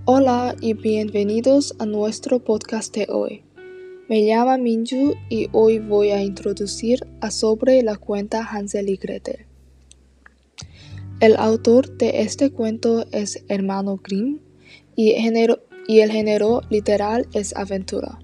Hola y bienvenidos a nuestro podcast de hoy. Me llamo Minju y hoy voy a introducir sobre la cuenta Hansel y Gretel. El autor de este cuento es Hermano Grimm y el género literal es aventura.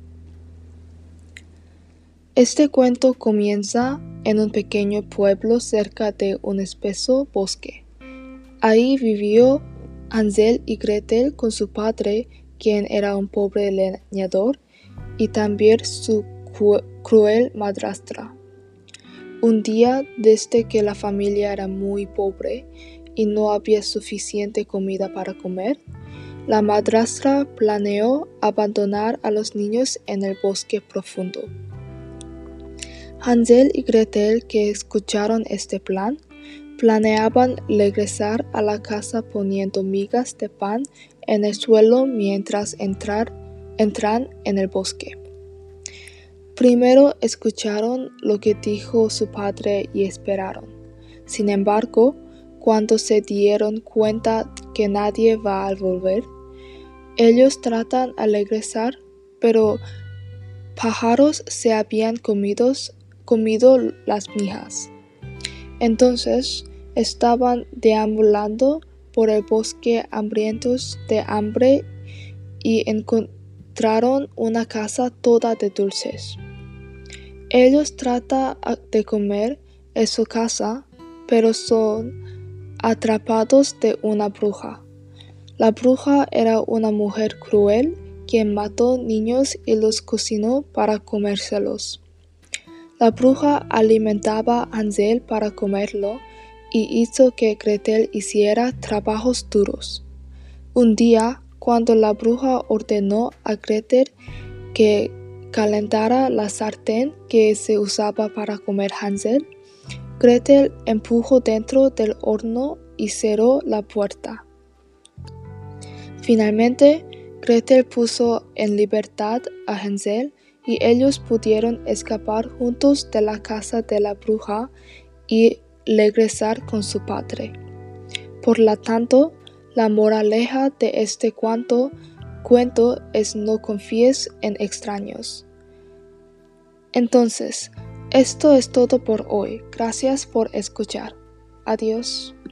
Este cuento comienza en un pequeño pueblo cerca de un espeso bosque. Ahí vivió Hansel y Gretel con su padre, quien era un pobre leñador, y también su cruel madrastra. Un día, desde que la familia era muy pobre y no había suficiente comida para comer, la madrastra planeó abandonar a los niños en el bosque profundo. Hansel y Gretel, que escucharon este plan, planeaban regresar a la casa poniendo migas de pan en el suelo mientras entran en el bosque. Primero escucharon lo que dijo su padre y esperaron. Sin embargo, cuando se dieron cuenta que nadie va a volver, ellos tratan de regresar, pero pájaros se habían comido las migas. Entonces estaban deambulando por el bosque hambrientos de hambre y encontraron una casa toda de dulces. Ellos tratan de comer en su casa, pero son atrapados de una bruja. La bruja era una mujer cruel quien mató niños y los cocinó para comérselos. La bruja alimentaba a Hansel para comerlo y hizo que Gretel hiciera trabajos duros. Un día, cuando la bruja ordenó a Gretel que calentara la sartén que se usaba para comer Hansel, Gretel empujó dentro del horno y cerró la puerta. Finalmente, Gretel puso en libertad a Hansel y ellos pudieron escapar juntos de la casa de la bruja y regresar con su padre. Por lo tanto, la moraleja de este cuento es no confíes en extraños. Entonces, esto es todo por hoy. Gracias por escuchar. Adiós.